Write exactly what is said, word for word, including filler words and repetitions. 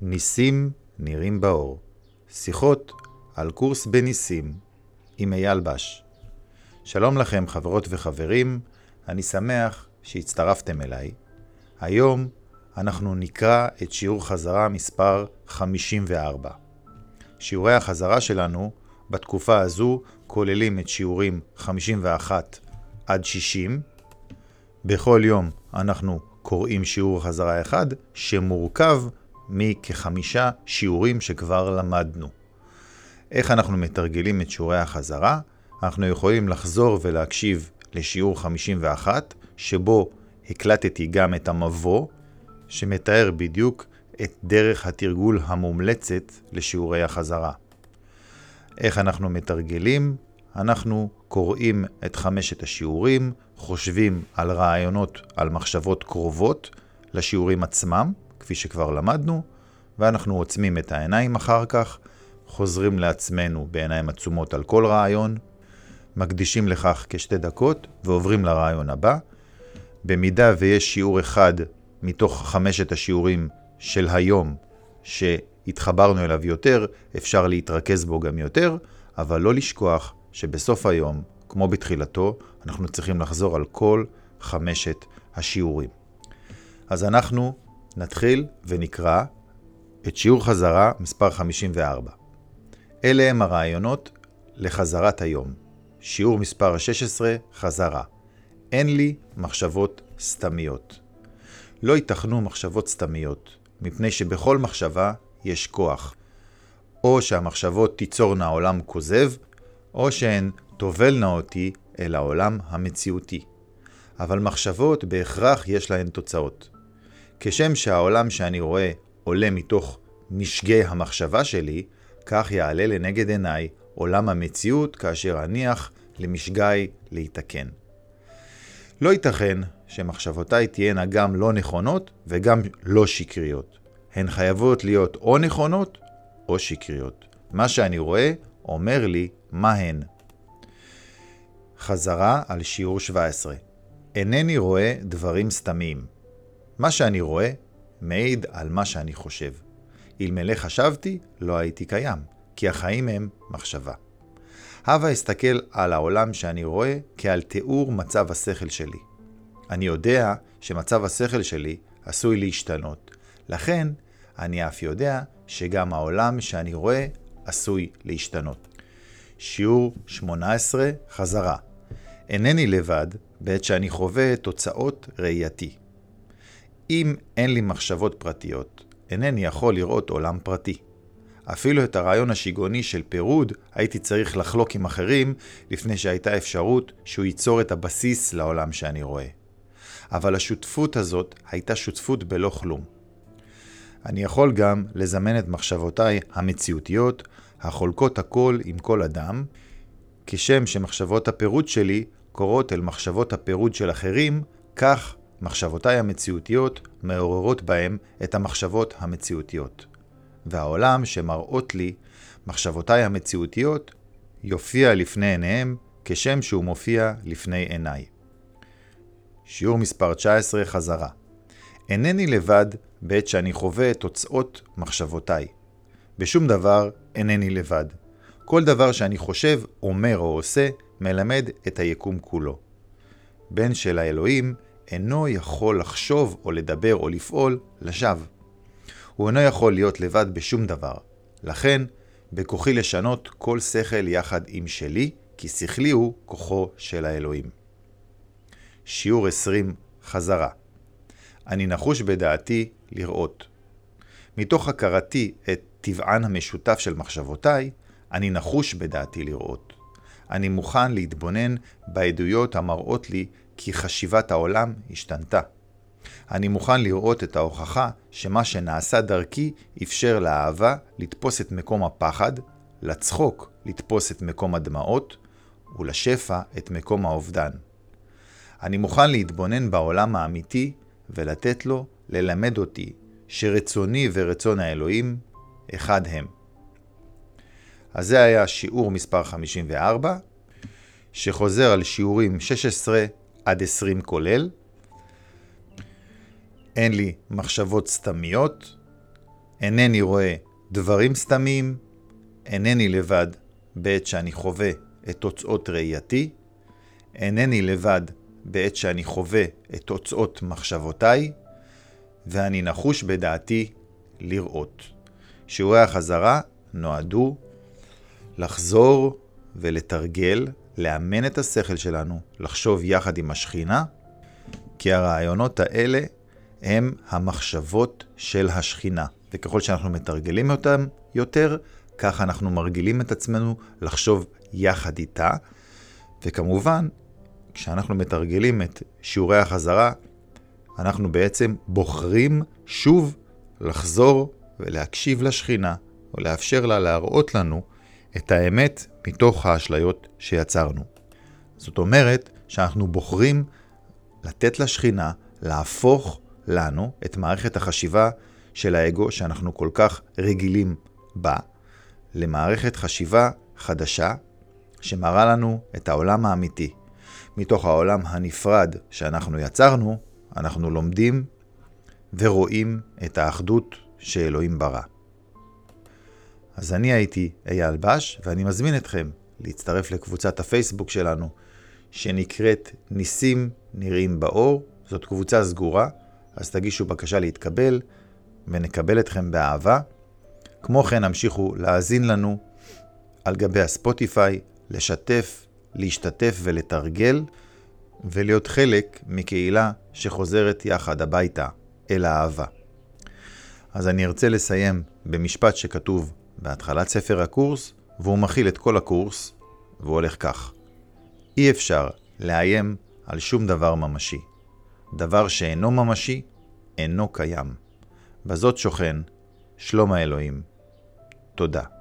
ניסים נראים באור. שיחות על קורס בניסים עם אייל בש. שלום לכם חברות וחברים, אני שמח שהצטרפתם אליי. היום אנחנו נקרא את שיעור חזרה מספר חמישים וארבע. שיעורי החזרה שלנו בתקופה הזו כוללים את שיעורים חמישים ואחת עד שישים. בכל יום אנחנו קוראים שיעור חזרה אחד שמורכב מכחמישה שיעורים שכבר למדנו. איך אנחנו מתרגלים את שיעורי החזרה? אנחנו יכולים לחזור ולהקשיב לשיעור חמישים ואחת, שבו הקלטתי גם את המבוא, שמתאר בדיוק את דרך התרגול המומלצת לשיעורי החזרה. איך אנחנו מתרגלים? אנחנו קוראים את חמשת השיעורים, חושבים על רעיונות, על מחשבות קרובות לשיעורים עצמם, כפי שכבר למדנו, ואנחנו עוצמים את העיניים אחר כך, חוזרים לעצמנו בעיניים עצומות על כל רעיון, מקדישים לכך כשתי דקות ועוברים לרעיון הבא. במידה ויש שיעור אחד מתוך חמשת השיעורים של היום שהתחברנו אליו יותר, אפשר להתרכז בו גם יותר, אבל לא לשכוח שבסוף היום, כמו בתחילתו, אנחנו צריכים לחזור על כל חמשת השיעורים. אז אנחנו נתחיל ונקרא את שיעור חזרה מספר חמישים וארבע. אלה הם הרעיונות לחזרת היום. שיעור מספר שש עשרה, חזרה. אין לי מחשבות סתמיות. לא ייתכנו מחשבות סתמיות, מפני שבכל מחשבה יש כוח. או שהמחשבות תיצורנה עולם כוזב, או שהן תובלנה אותי אל העולם המציאותי. אבל מחשבות בהכרח יש להן תוצאות. כשם שהעולם שאני רואה עולה מתוך משגי המחשבה שלי, כך יעלה לנגד עיניי עולם המציאות כאשר אניח למשגי להתקן. לא ייתכן שמחשבותיי תהיינה גם לא נכונות וגם לא שקריות. הן חייבות להיות או נכונות או שקריות. מה שאני רואה אומר לי מה הן. חזרה על שיעור שבע עשרה. אינני רואה דברים סתמיים. מה שאני רואה מעיד על מה שאני חושב. אלמלא חשבתי, לא הייתי קיים, כי החיים הם מחשבה. הווה אסתכל על העולם שאני רואה כעל תיאור מצב השכל שלי. אני יודע שמצב השכל שלי עשוי להשתנות. לכן, אני אף יודע שגם העולם שאני רואה עשוי להשתנות. שיעור שמונה עשרה, חזרה. אינני לבד בעת שאני חווה תוצאות ראייתי. אם אין לי מחשבות פרטיות, אינני יכול לראות עולם פרטי. אפילו את הרעיון השיגעוני של פירוד הייתי צריך לחלוק עם אחרים לפני שהייתה אפשרות שהוא ייצור את הבסיס לעולם שאני רואה. אבל השותפות הזאת הייתה שותפות בלא כלום. אני יכול גם לזמן את מחשבותיי המציאותיות, החולקות הכל עם כל אדם, כשם שמחשבות הפירוד שלי קורות אל מחשבות הפירוד של אחרים, כך מחשבותיי המציאותיות מעוררות בהם את המחשבות המציאותיות. והעולם שמראות לי מחשבותיי המציאותיות יופיע לפני עיניהם כשם שהוא מופיע לפני עיניי. שיעור מספר תשע עשרה, חזרה. אינני לבד בעת שאני חווה את תוצאות מחשבותיי. בשום דבר אינני לבד. כל דבר שאני חושב, אומר או עושה, מלמד את היקום כולו. בן של האלוהים אינו יכול לחשוב או לדבר או לפעול לשווא. הוא אינו יכול להיות לבד בשום דבר. לכן, בכוחי לשנות כל שכל יחד עם שלי, כי שכלי הוא כוחו של האלוהים. שיעור עשרים, חזרה. אני נחוש בדעתי לראות. מתוך הכרתי את טבען המשותף של מחשבותיי, אני נחוש בדעתי לראות. אני מוכן להתבונן בעדויות המראות לי כי חשיבת העולם השתנתה. אני מוכן לראות את ההוכחה שמה שנעשה דרכי אפשר לאהבה לתפוס את מקום הפחד, לצחוק לתפוס את מקום הדמעות, ולשפע את מקום האובדן. אני מוכן להתבונן בעולם האמיתי ולתת לו ללמד אותי שרצוני ורצון האלוהים אחד הם. אז זה היה שיעור מספר חמישים וארבע, שחוזר על שיעורים שש עשרה עד עשרים כולל. אין לי מחשבות סתמיות, אינני רואה דברים סתמיים, אינני לבד בעת שאני חווה את תוצאות ראייתי, אינני לבד בעת שאני חווה את תוצאות מחשבותיי, ואני נחוש בדעתי לראות. שיעורי החזרה נועדו לחזור ולתרגל, לאמן את השכל שלנו, לחשוב יחד עם השכינה, כי הרעיונות האלה הם המחשבות של השכינה. וככל שאנחנו מתרגלים אותם יותר, כך אנחנו מרגילים את עצמנו לחשוב יחד איתה. וכמובן, כשאנחנו מתרגלים את שיעורי החזרה, אנחנו בעצם בוחרים שוב לחזור ולהקשיב לשכינה, או לאפשר לה להראות לנו את האמת מתוך האשליות שיצרנו. זאת אומרת שאנחנו בוחרים לתת לשכינה להפוך לנו את מערכת החשיבה של האגו שאנחנו כל כך רגילים בה, למערכת חשיבה חדשה שמראה לנו את העולם האמיתי. מתוך העולם הנפרד שאנחנו יצרנו, אנחנו לומדים ורואים את האחדות שאלוהים ברא. אז אני הייתי אייל בש, ואני מזמין אתכם להצטרף לקבוצת הפייסבוק שלנו, שנקראת ניסים נראים באור. זאת קבוצה סגורה, אז תגישו בקשה להתקבל, ונקבל אתכם באהבה. כמו כן, המשיכו להאזין לנו על גבי הספוטיפיי, לשתף, להשתתף ולתרגל, ולהיות חלק מקהילה שחוזרת יחד הביתה אל האהבה. אז אני ארצה לסיים במשפט שכתוב בהתחלת ספר הקורס, והוא מכיל את כל הקורס, והוא הולך כך: אי אפשר לאיים על שום דבר ממשי. דבר שאינו ממשי, אינו קיים. בזאת שוכן שלום האלוהים. תודה.